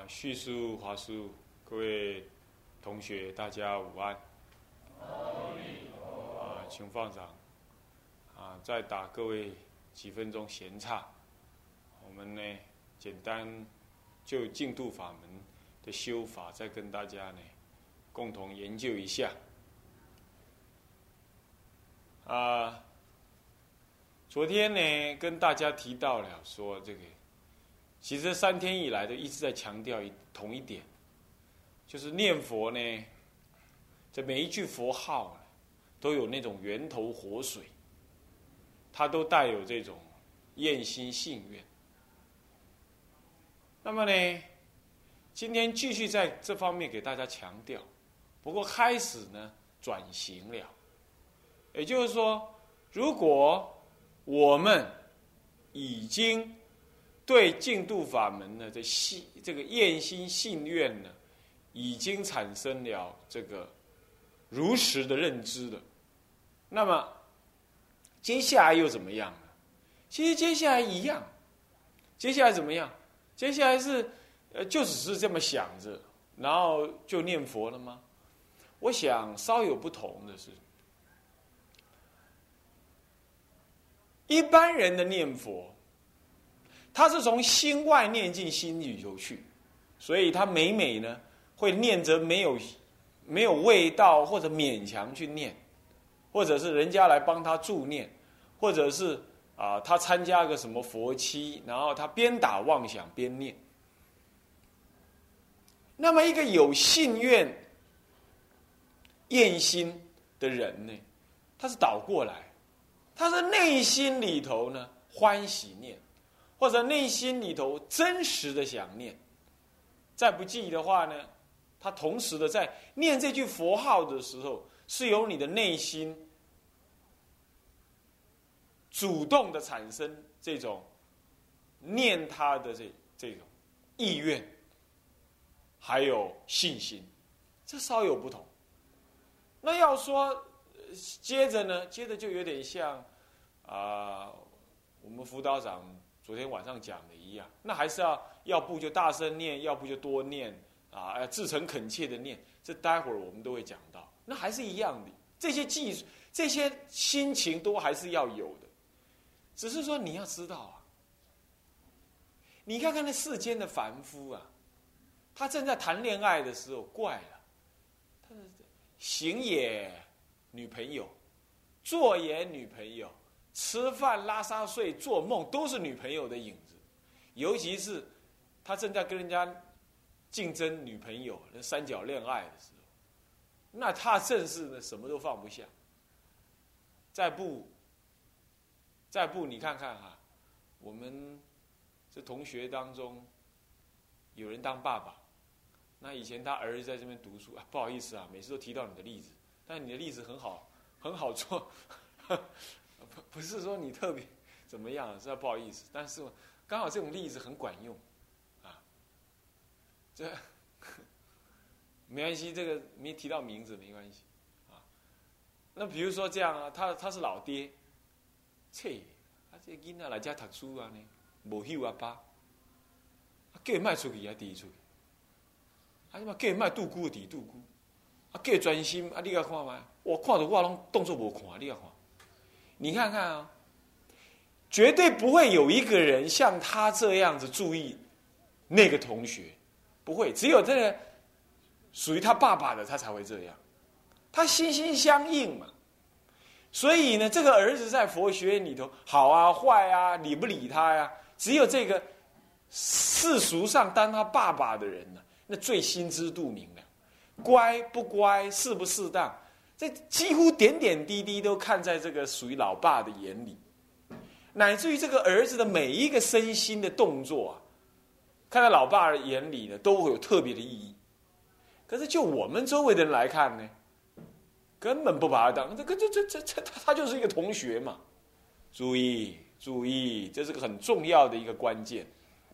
叙述华书，各位同学，大家午安。请放掌。再打各位几分钟闲岔。我们呢，简单就净土法门的修法，再跟大家呢共同研究一下。昨天呢，跟大家提到了说这个。其实3天以来都一直在强调同一点，就是念佛呢，这每一句佛号都有那种源头活水，它都带有这种愿心信愿。那么呢，今天继续在这方面给大家强调，不过开始呢转型了，也就是说，如果我们已经对净土法门呢，这个愿心信愿呢，已经产生了这个如实的认知了。那么接下来又怎么样呢？其实接下来一样，接下来怎么样？接下来是就只是这么想着，然后就念佛了吗？我想稍有不同的是，一般人的念佛，他是从心外念进心里头去，所以他每每呢会念着没有味道，或者勉强去念，或者是人家来帮他助念，或者是他参加个什么佛期，然后他边打妄想边念。那么一个有信愿愿心的人呢，他是倒过来，他是内心里头呢欢喜念，或者内心里头真实的想念。再不济的话呢，他同时的在念这句佛号的时候，是由你的内心主动的产生这种念他的这种意愿，还有信心，这稍有不同。那要说接着就有点像我们辅导长昨天晚上讲的一样，那还是要不就大声念，要不就多念至诚恳切的念，这待会儿我们都会讲到。那还是一样的，这些技术、这些心情都还是要有的，只是说你要知道你看看那世间的凡夫他正在谈恋爱的时候，怪了，他的行也女朋友，坐也女朋友，吃饭拉撒睡做梦都是女朋友的影子。尤其是他正在跟人家竞争女朋友那三角恋爱的时候，那他正是呢什么都放不下。再不你看看我们这同学当中有人当爸爸，那以前他儿子在这边读书不好意思每次都提到你的例子，但你的例子很好做不是说你特别怎么样，是不好意思，但是刚好这种例子很管用这没关系，这个没提到名字没关系那比如说这样他是老爹，这囡仔来家读书呢，无休爸，叫伊卖出去第一出去，叫伊卖杜姑第杜姑，叫伊专心你甲看卖，我看到我拢当作无看，你甲看，你看看绝对不会有一个人像他这样子注意那个同学，不会，只有这个属于他爸爸的，他才会这样，他心心相印嘛。所以呢，这个儿子在佛学院里头好坏理不理他只有这个世俗上当他爸爸的人那最心知肚明了，乖不乖，适不适当，这几乎点点滴滴都看在这个属于老爸的眼里，乃至于这个儿子的每一个身心的动作看在老爸的眼里呢，都会有特别的意义。可是就我们周围的人来看呢，根本不把他当他就是一个同学嘛。注意，这是个很重要的一个关键。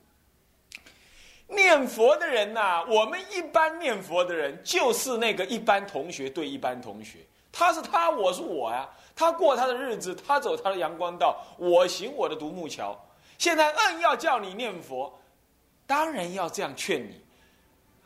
念佛的人我们一般念佛的人就是那个一般同学对一般同学，他是他，我是我他过他的日子，他走他的阳光道，我行我的独木桥。现在要叫你念佛，当然要这样劝你，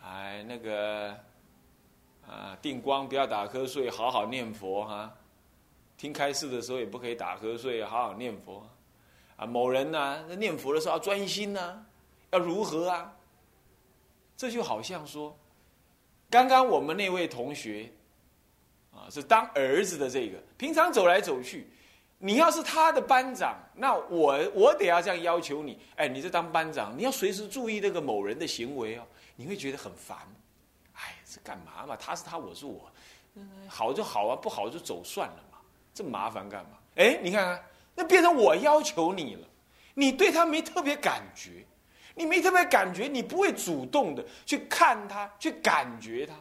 哎，那个定光不要打瞌睡，好好念佛哈。听开示的时候也不可以打瞌睡，好好念佛。某人呢，念佛的时候要专心呐，要如何啊？这就好像说，刚刚我们那位同学是当儿子的这个，平常走来走去，你要是他的班长，那我得要这样要求你，哎，你这当班长，你要随时注意那个某人的行为哦，你会觉得很烦。哎，这干嘛嘛？他是他，我是我，好就好啊，不好就走算了嘛，这麻烦干嘛？哎，你看看，那变成我要求你了，你对他没特别感觉，你没特别感觉，你不会主动的去看他，去感觉他。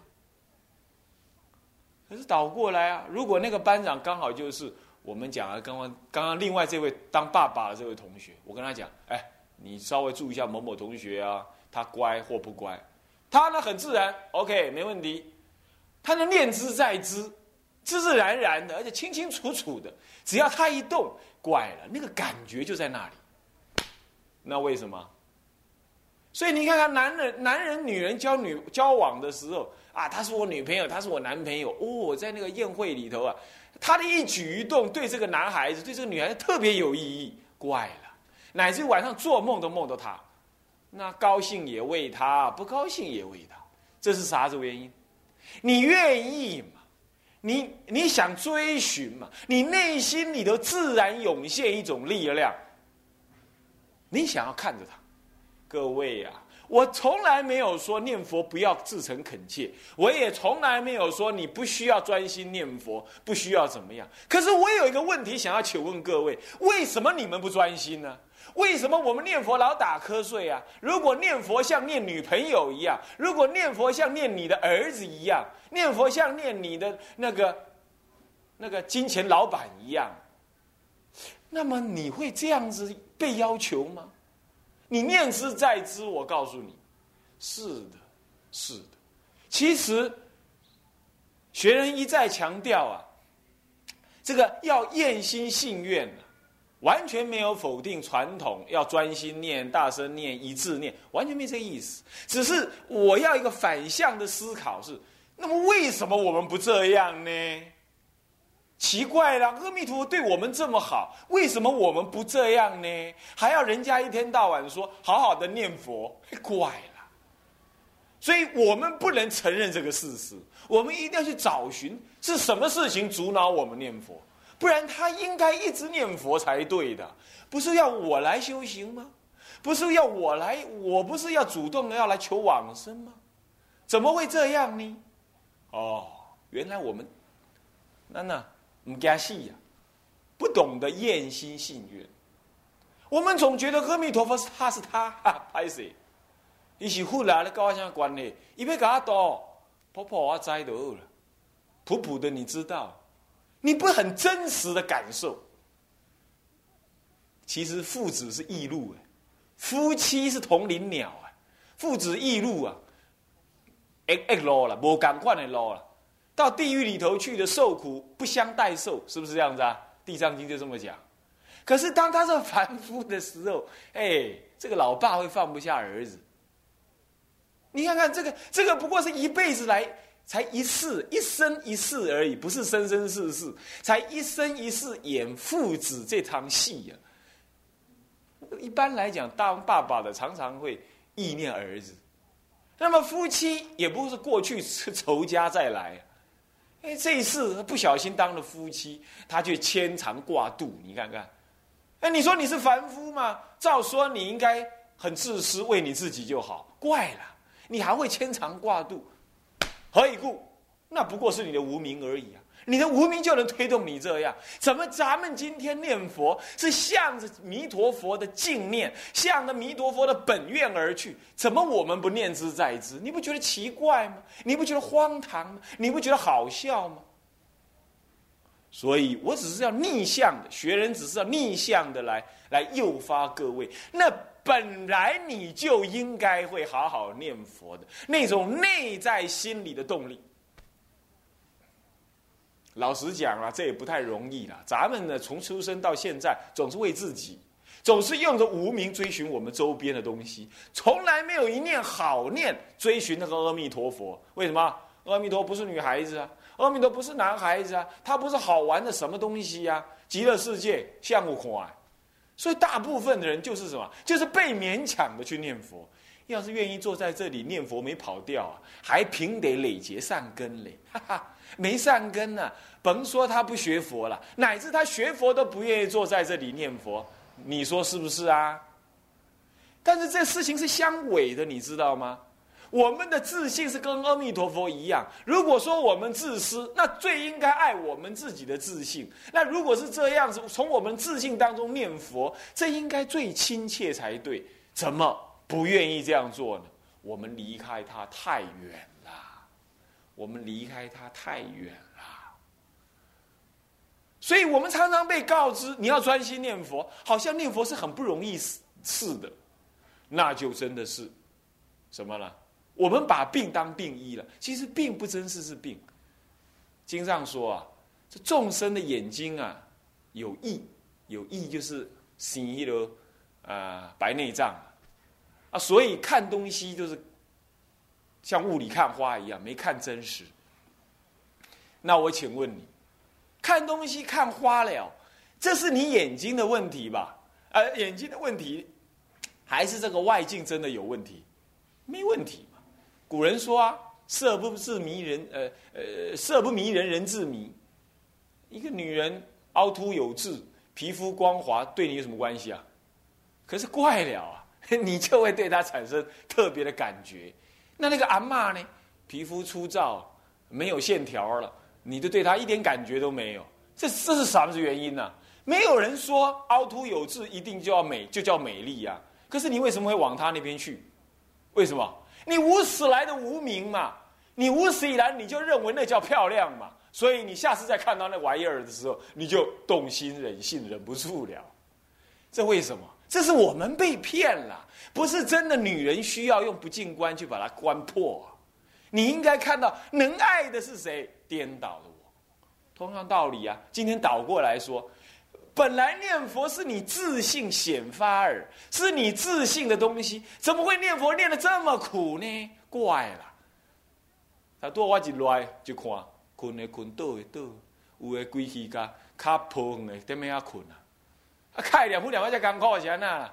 可是倒过来啊，如果那个班长刚好就是我们讲的刚刚另外这位当爸爸的这位同学，我跟他讲，哎，你稍微注意一下某某同学啊，他乖或不乖，他呢很自然 ，OK， 没问题，他能念之在之，自自然然的，而且清清楚楚的，只要他一动，怪了，那个感觉就在那里。那为什么？所以你看看男人女人交往的时候啊，她是我女朋友，他是我男朋友哦，在那个宴会里头啊，他的一举一动对这个男孩子对这个女孩子特别有意义，怪了，乃至晚上做梦都梦到他，那高兴也为他，不高兴也为他，这是啥子原因？你愿意嘛？你想追寻嘛？你内心里头自然涌现一种力量，你想要看着他。各位啊，我从来没有说念佛不要自诚恳切，我也从来没有说你不需要专心念佛，不需要怎么样。可是我有一个问题想要请问各位，为什么你们不专心呢？为什么我们念佛老打瞌睡啊？如果念佛像念女朋友一样，如果念佛像念你的儿子一样，念佛像念你的那个金钱老板一样，那么你会这样子被要求吗？你念之在之，我告诉你，是的，是的。其实学人一再强调啊，这个要厌心信愿啊，完全没有否定传统要专心念、大声念、一致念，完全没这个意思。只是我要一个反向的思考是：那么为什么我们不这样呢？奇怪了，阿弥陀佛对我们这么好，为什么我们不这样呢？还要人家一天到晚说好好的念佛，怪了。所以我们不能承认这个事实，我们一定要去找寻是什么事情阻挠我们念佛，不然他应该一直念佛才对的。不是要我来修行吗？不是要我不是要主动的要来求往生吗？怎么会这样呢？哦，原来我们不怕死呀，不懂得厌心信愿。我们总觉得阿弥陀佛他是他，拍谁？他是佛啦，你跟我什么关系？他要给我度，婆婆我知道了，普普的你知道，你不很真实的感受。其实父子是异路，夫妻是同林鸟啊，父子异路啊，一路了，无同款的路了。到地狱里头去的受苦不相代受，是不是这样子啊？地藏经就这么讲。可是当他是凡夫的时候，这个老爸会放不下儿子。你看看这个不过是一辈子来才一世，一生一世而已，不是生生世世，才一生一世演父子这场戏啊。一般来讲，当爸爸的常常会忆念儿子，那么夫妻也不是过去仇家再来。这一次不小心当了夫妻，他却牵肠挂肚。你看看，你说你是凡夫吗？照说你应该很自私，为你自己就好。怪了，你还会牵肠挂肚，何以故？那不过是你的无明而已啊！你的无明就能推动你这样。怎么咱们今天念佛是向着弥陀佛的净念，向着弥陀佛的本愿而去？怎么我们不念之在之？你不觉得奇怪吗？你不觉得荒唐吗？你不觉得好笑吗？所以我只是要逆向的，学人只是要逆向的来诱发各位。那本来你就应该会好好念佛的那种内在心理的动力。老实讲啊，这也不太容易啦。咱们呢，从出生到现在，总是为自己， 总是用着无明追寻我们周边的东西，从来没有一念好念追寻那个阿弥陀佛。为什么？阿弥陀不是女孩子啊，阿弥陀不是男孩子啊，他不是好玩的什么东西啊？极乐世界像我看，所以大部分的人就是什么？就是被勉强的去念佛。要是愿意坐在这里念佛没跑掉啊，还凭得累劫善根嘞，哈哈，没善根啊，甭说他不学佛了，乃至他学佛都不愿意坐在这里念佛，你说是不是啊？但是这事情是相违的，你知道吗？我们的自信是跟阿弥陀佛一样，如果说我们自私，那最应该爱我们自己的自信。那如果是这样子，从我们自信当中念佛，这应该最亲切才对，怎么不愿意这样做呢？我们离开他太远了，我们离开他太远了，所以我们常常被告知你要专心念佛，好像念佛是很不容易似的，那就真的是什么呢？我们把病当病医了，其实病不真是病。经上说啊，这众生的眼睛啊有翳，有翳就是生一个白内障啊，所以看东西就是像雾里看花一样，没看真实。那我请问你，看东西看花了，这是你眼睛的问题吧？眼睛的问题，还是这个外境真的有问题？没问题。古人说啊，色不迷人，色不迷人，人自迷。一个女人凹凸有致，皮肤光滑，对你有什么关系啊？可是怪了啊，你就会对她产生特别的感觉。那个阿嬷呢，皮肤粗糙，没有线条了，你就对她一点感觉都没有。这是什么原因呢？没有人说凹凸有致一定就要美，就叫美丽啊。可是你为什么会往她那边去？为什么？你无始来的无明嘛，你无始以来你就认为那叫漂亮嘛，所以你下次再看到那玩意儿的时候，你就动心忍性，忍不住了。这为什么？这是我们被骗了，不是真的女人需要用不净观去把它观破。你应该看到能爱的是谁？颠倒了我。同样道理啊，今天倒过来说，本来念佛是你自信显发耳，是你自信的东西，怎么会念佛念得这么苦呢？怪了。他多我一来就看，困的困，倒的倒，有的规气甲脚抱远的在咩啊困啊？开两两我才艰苦是安那？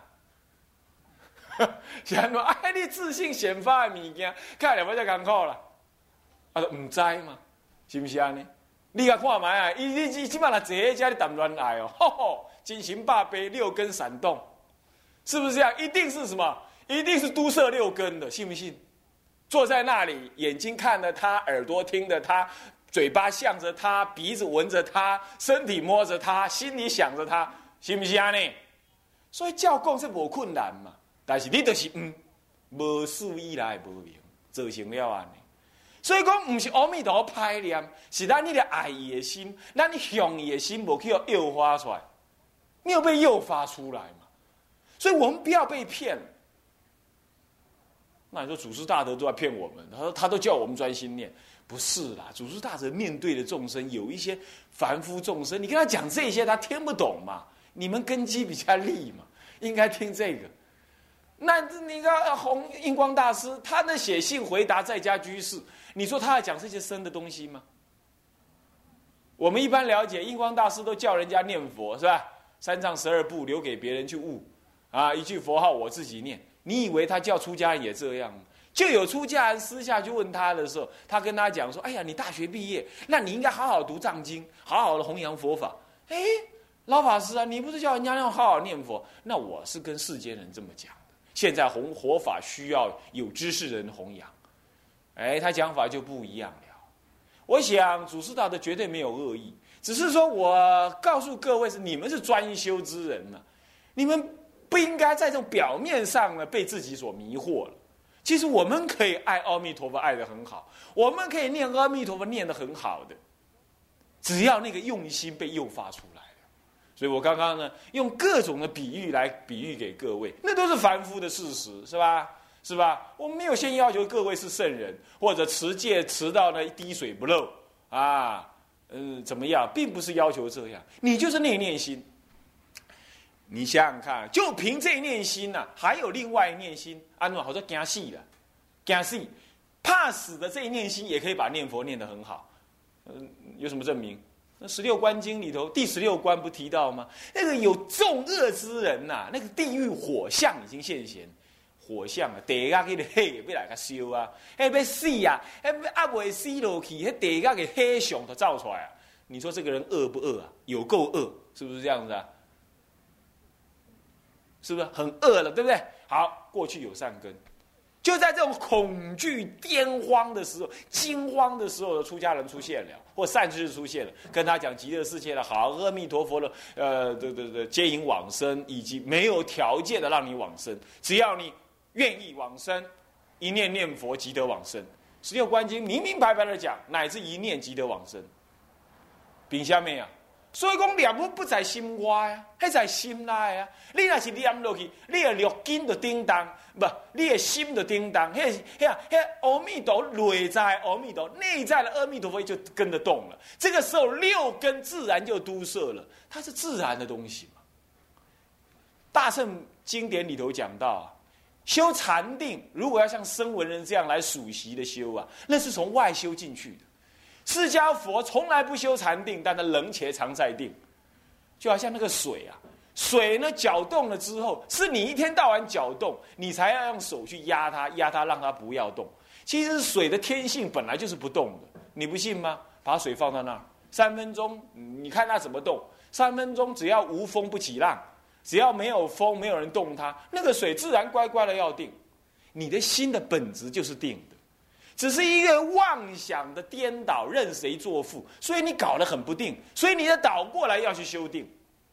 是安怎？你自信显发的物件，开两我才艰苦啦。啊，唔知嘛，是不是安尼？你甲看卖啊！你即摆若坐喺遮，你谈恋爱哦，吼吼，金行霸杯六根闪动，是不是这样？一定是什么？一定是都摄六根的，信不信？坐在那里，眼睛看着他，耳朵听着他，嘴巴向着他，鼻子闻着他，身体摸着他，心里想着他，是不是安尼？所以照讲是无困难嘛，但是你就是无始以来无明，造成了安尼。所以讲，不是阿弥陀佛歹念，是咱你的爱伊的心，咱你向伊的心无去诱发出来，没有被诱发出来嘛。所以我们不要被骗。那你说祖师大德都在骗我们，他都叫我们专心念，不是啦。祖师大德面对的众生，有一些凡夫众生，你跟他讲这些，他听不懂嘛。你们根基比较利嘛，应该听这个。那你看印光大师，他的写信回答在家居士，你说他要讲这些深的东西吗？我们一般了解，印光大师都叫人家念佛，是吧？三藏12部留给别人去悟，啊，一句佛号我自己念。你以为他叫出家人也这样吗？就有出家人私下去问他的时候，他跟他讲说：“哎呀，你大学毕业，那你应该好好读藏经，好好的弘扬佛法。”哎，老法师啊，你不是叫人家要好好念佛？那我是跟世间人这么讲。现在佛法需要有知识人弘扬，哎，他讲法就不一样了。我想祖师大德绝对没有恶意，只是说我告诉各位你们是专修之人呢，你们不应该在这种表面上呢被自己所迷惑了。其实我们可以爱阿弥陀佛爱得很好，我们可以念阿弥陀佛念得很好的，只要那个用心被诱发出来。所以我刚刚呢用各种的比喻来比喻给各位，那都是凡夫的事实，是吧？是吧？我们没有先要求各位是圣人，或者持戒持到呢滴水不漏啊，怎么样，并不是要求这样。你就是念念心， 你想想看，就凭这一念心呐，还有另外一念心，安怎好说惊死了，惊死，怕死的这一念心也可以把念佛念得很好。有什么证明？那16观经里头第16观不提到吗？那个有重恶之人呐，那个地狱火象已经现前。火象啊，地下给你火要来甲烧啊，要死啊，还未死落去，地下给火象都造出来啊。你说这个人恶不恶啊？有够恶，是不是这样子啊？是不是很恶了，对不对？好，过去有善根，就在这种恐惧、癫荒的时候、惊慌的时候，出家人出现了，或善知识出现了，跟他讲极乐世界的好，阿弥陀佛的接引往生，以及没有条件的让你往生，只要你愿意往生，一念念佛即得往生。16观经明明白白的讲，乃至一念即得往生。凭什么啊？所以讲念佛不在心外啊，迄在心内啊。你若是念落去，你的六根就叮当，不，你的心就叮当。迄阿弥陀内在阿弥陀，内在的阿弥陀佛就跟着动了。这个时候六根自然就都摄了，它是自然的东西嘛。大乘经典里头讲到啊，修禅定，如果要像声闻人这样来数习的修啊，那是从外修进去的。释迦佛从来不修禅定，但他冷且常在定，就好像那个水啊，水呢搅动了之后，是你一天到晚搅动，你才要用手去压它，让它不要动。其实水的天性本来就是不动的，你不信吗？把水放到那儿，3分钟，你看它怎么动。3分钟只要无风不起浪，只要没有风，没有人动它，那个水自然乖乖的要定。你的心的本质就是定的。只是一个妄想的颠倒，任谁作父，所以你搞得很不定，所以你的倒过来要去修定。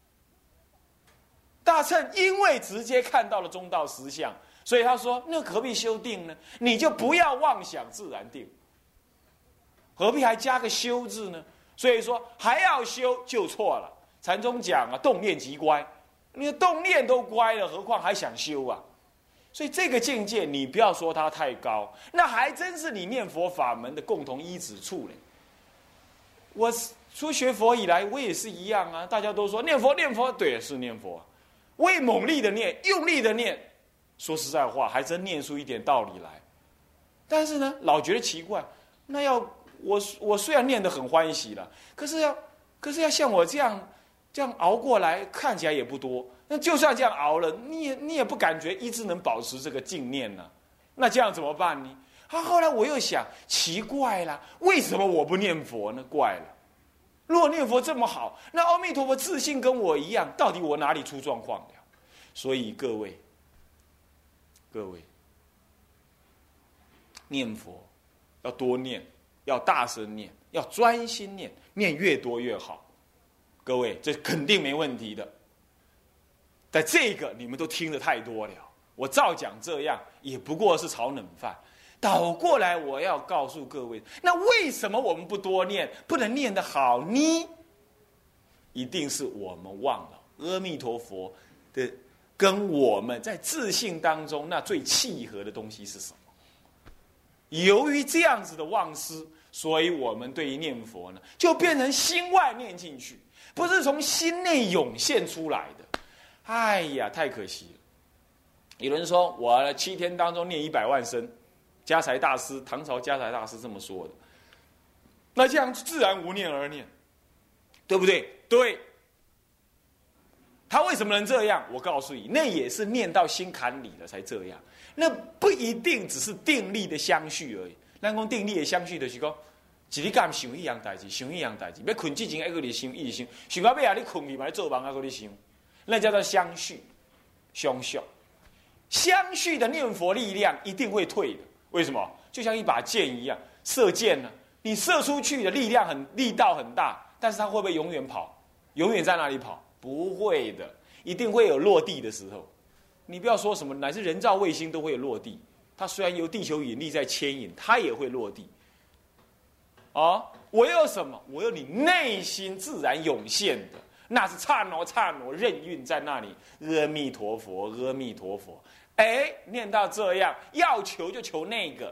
大乘因为直接看到了中道实相，所以他说那何必修定呢？你就不要妄想，自然定，何必还加个修字呢？所以说还要修就错了。禅宗讲啊，动念即乖，你的动念都乖了，何况还想修啊？所以这个境界，你不要说它太高，那还真是你念佛法门的共同依止处嘞。我初学佛以来，我也是一样啊。大家都说念佛，念佛，对，是念佛，我也猛力的念，用力的念。说实在话，还真念出一点道理来。但是呢，老觉得奇怪，那要我虽然念得很欢喜了，可是要像我这样熬过来，看起来也不多。那就算这样熬了，你也不感觉一直能保持这个净念呢、那这样怎么办呢？后来我又想，奇怪了，为什么我不念佛呢？怪了，如果念佛这么好，那阿弥陀佛自信跟我一样，到底我哪里出状况了？所以各位，念佛要多念，要大声念，要专心念，念越多越好。各位，这肯定没问题的。但这个你们都听得太多了，我照讲这样也不过是炒冷饭。倒过来，我要告诉各位，那为什么我们不多念，不能念得好呢？一定是我们忘了阿弥陀佛的跟我们在自信当中那最契合的东西是什么。由于这样子的忘失，所以我们对于念佛呢，就变成心外念进去，不是从心内涌现出来的。哎呀，太可惜了！有人说我7天当中念100万声，家财大师，唐朝家财大师这么说的。那这样自然无念而念，对不对？对。他为什么能这样？我告诉你，那也是念到心坎里了才这样。那不一定只是定力的相续而已。咱讲定力的相续，就是讲一日干想一样代志，想一样代志。要困之前，还搁你想，一直想，想到尾啊，你困去嘛，你做梦还搁你想。那叫做相续，相续。相续的念佛力量一定会退的。为什么？就像一把剑一样，射箭呢，你射出去的力道很大，但是它会不会永远跑？永远在那里跑？不会的，一定会有落地的时候。你不要说什么，乃至人造卫星都会有落地。它虽然由地球引力在牵引，它也会落地。我有什么？我有你内心自然涌现的。那是刹那任运在那里，阿弥陀佛，阿弥陀佛。念到这样，要求就求那个。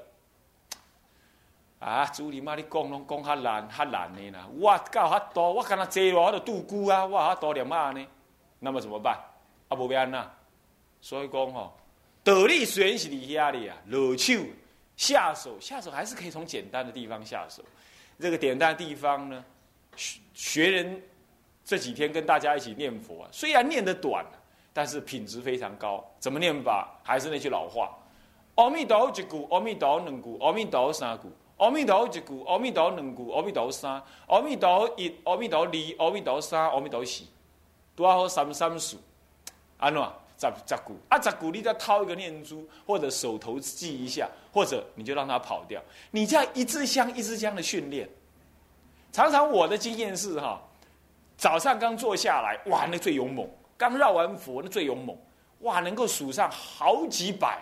主你妈，你讲较难的啦！我到遐多，我跟他坐落，我就度孤啊，我遐多念啊呢。那么怎么办？ 啊，无要安那。所以讲吼，道理虽然是伫遐里啊，落手下手还是可以从简单的地方下手。这个简单的地方呢，学人这几天跟大家一起念佛啊，虽然念得短，但是品质非常高。怎么念法？还是那句老话：阿弥陀一句，阿弥陀两句，阿弥陀三句。阿弥陀一句，阿弥陀两句，阿弥陀三，阿弥陀一，阿弥陀二，阿弥陀三，阿弥陀四，多好三数，安怎十句啊？10句你再掏一个念珠，或者手头记一下，或者你就让它跑掉。你这样一支香一支香的训练，常常我的经验是哈，早上刚坐下来，哇，那最勇猛；刚绕完佛，那最勇猛，哇，能够数上好几百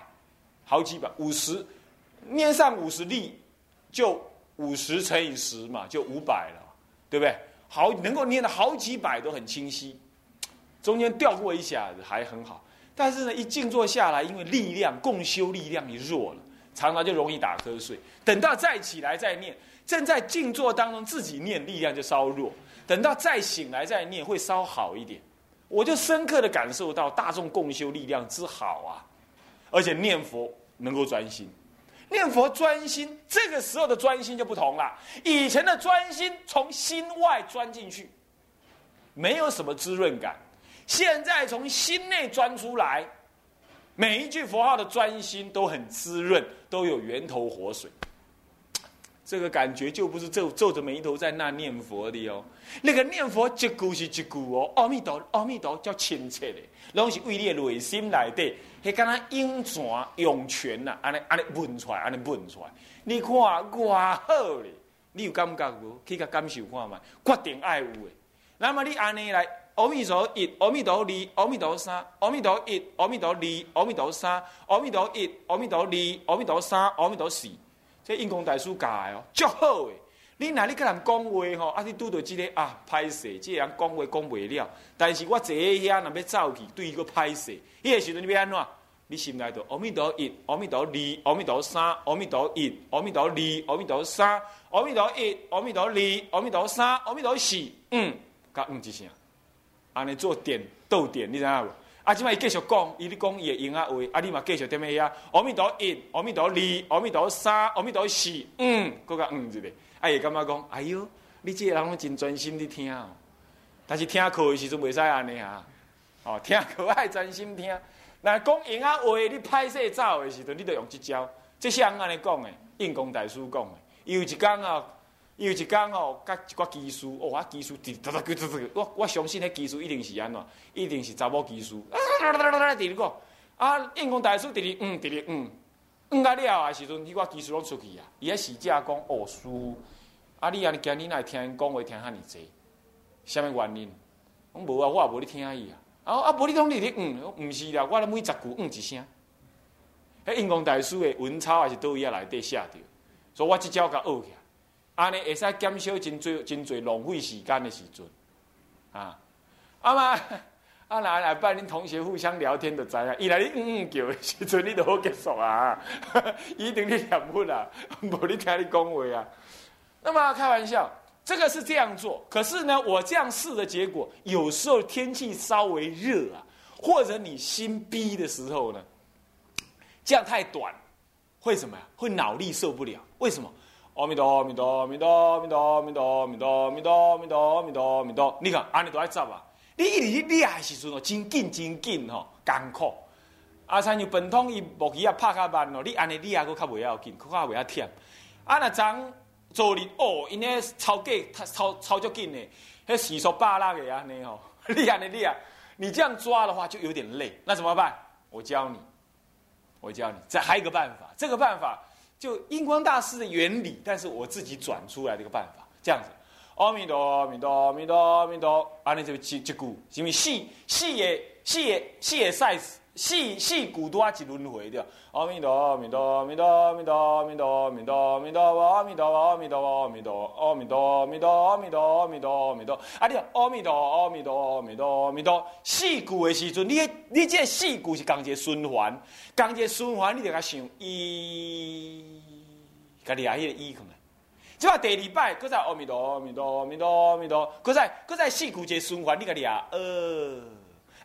，50念上50粒。就50乘以10嘛，就500了，对不对？好，能够念得好几百都很清晰，中间掉过一下子还很好，但是呢，一静坐下来，因为力量共修力量一弱了，常常就容易打瞌睡。等到再起来再念，正在静坐当中自己念，力量就稍弱；等到再醒来再念，会稍好一点。我就深刻的感受到大众共修力量之好啊，而且念佛能够专心。念佛专心，这个时候的专心就不同了。以前的专心从心外钻进去，没有什么滋润感；现在从心内钻出来，每一句佛号的专心都很滋润，都有源头活水。这个感觉就不是皱着眉头在那念佛的哦。那个念佛一句是一句哦，阿弥陀阿弥陀叫亲切的，拢是为你的内心内底，迄敢若涌泉涌泉呐，安尼问出来，安尼问出来。你看偌好咧，你有感觉无？去甲感受看卖，决定爱有诶。那么你安尼来，阿弥陀一，阿弥陀二，阿弥陀三，阿弥陀一，阿弥陀二，阿弥陀三，阿弥陀一，阿弥陀二，阿弥陀三，阿弥陀四。这印光大师教的哦，足好诶！你若你甲人讲话吼，啊，你拄到这个啊，歹势，这个人讲话讲袂了。但是我坐喺遐，若要走去，对伊个歹势，迄个时阵你要安怎？你心内头阿弥陀一，阿弥陀二，阿弥陀三，阿弥陀一，阿弥陀二，阿弥陀三，阿弥陀一，阿弥陀二，阿弥陀三，阿弥陀四，甲一声，安尼做点逗点，你知影无？啊！即摆伊继续讲，伊咧讲伊的英啊话，啊！你嘛继续踮喺遐，阿弥陀一，阿弥陀二，阿弥陀三，阿弥陀四，搁甲一个，啊！伊感觉讲，哎哟，你这个人拢真专心伫听哦。但是听课的时阵袂使安尼啊，哦，听课爱专心听。那讲英啊话，你歹势走的时阵，你就用这招。这是人安尼讲的，印光大师讲的。伊有一天哦，甲一寡技师，哦，技师我相信迄技师一定是安怎，一定是查某技师。直咧讲，啊，印光大师直咧甲了啊时阵，迄寡技师拢出去啊，伊喺试驾讲，哦，师傅，啊，你安尼今日来听因讲话听遐尼济，啥物原因？讲无啊，我也无咧听伊啊。啊，无你拢直咧毋是啦，我咧每10句一声。迄印光大师的文抄也是倒伊啊内底写着，所以我即招甲学起来。安尼会使减少真侪浪费时间的时阵，啊嘛，来拜恁同学互相聊天就知啊。伊来你叫的时阵，你就好结束啊。一定你念佛啊，无你听你讲话啊。那么开玩笑，这个是这样做。可是呢，我这样试的结果，有时候天气稍微热啊，或者你心逼的时候呢，这样太短，会什么呀？会脑力受不了。为什么？阿弥陀，阿弥陀，阿弥陀，阿弥陀，阿弥陀，阿弥陀，阿弥陀，阿弥陀，阿弥陀，阿弥陀。你看，安尼都爱走啊！你一直厉害的时阵哦，真紧吼，艰苦。啊，像像本通伊木鱼啊拍较慢哦，你安尼你也佫较袂要紧，佫较袂晓忝。啊，若昨昨日哦，因迄超过超足紧的，迄时速160的安尼吼，你安尼你这样抓的话就有点累，那怎么办？我教你。再还有一个办法，这个办法。就印光大师的原理，但是我自己转出来的一个办法，这样子，阿弥陀，阿弥陀，阿弥陀，阿弥陀，安尼就一句，因为四个 size， 四句多一轮回掉，阿弥陀，阿弥陀，阿弥陀，阿弥陀，阿弥陀，阿弥陀，阿弥陀，阿弥陀，阿弥陀，阿弥陀，阿弥陀，阿弥陀，阿弥陀，阿弥陀，阿弥陀，啊，你阿弥陀，阿弥陀，阿弥陀，阿弥陀，四句的时阵，你这四句是共一个循环，你就甲想伊，甲掠迄个伊看。即摆第2摆，搁再阿弥陀，阿弥陀，阿弥陀，阿弥陀，搁再四句一个循环，你甲掠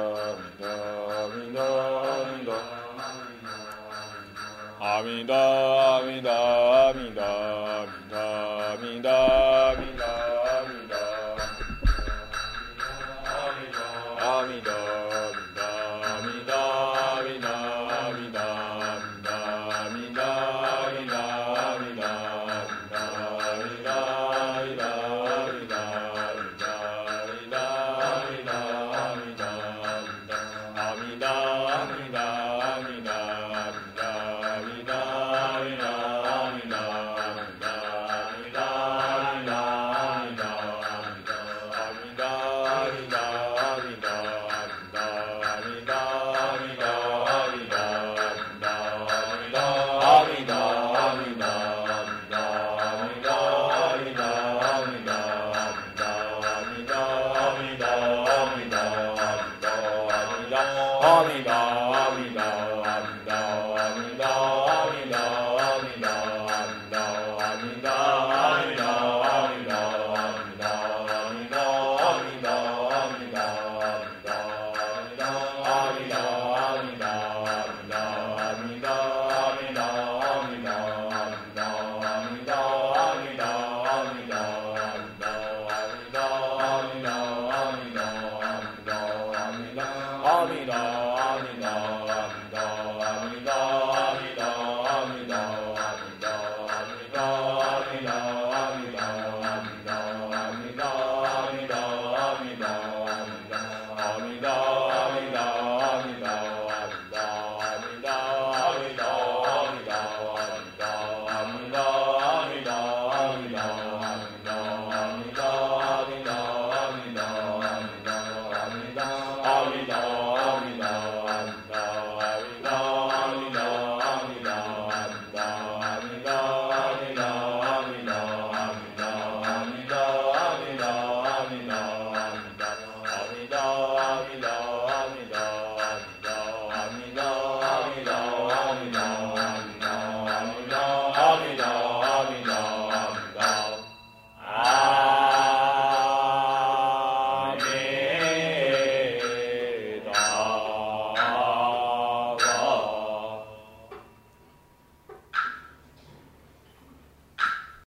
阿弥陀，阿弥陀。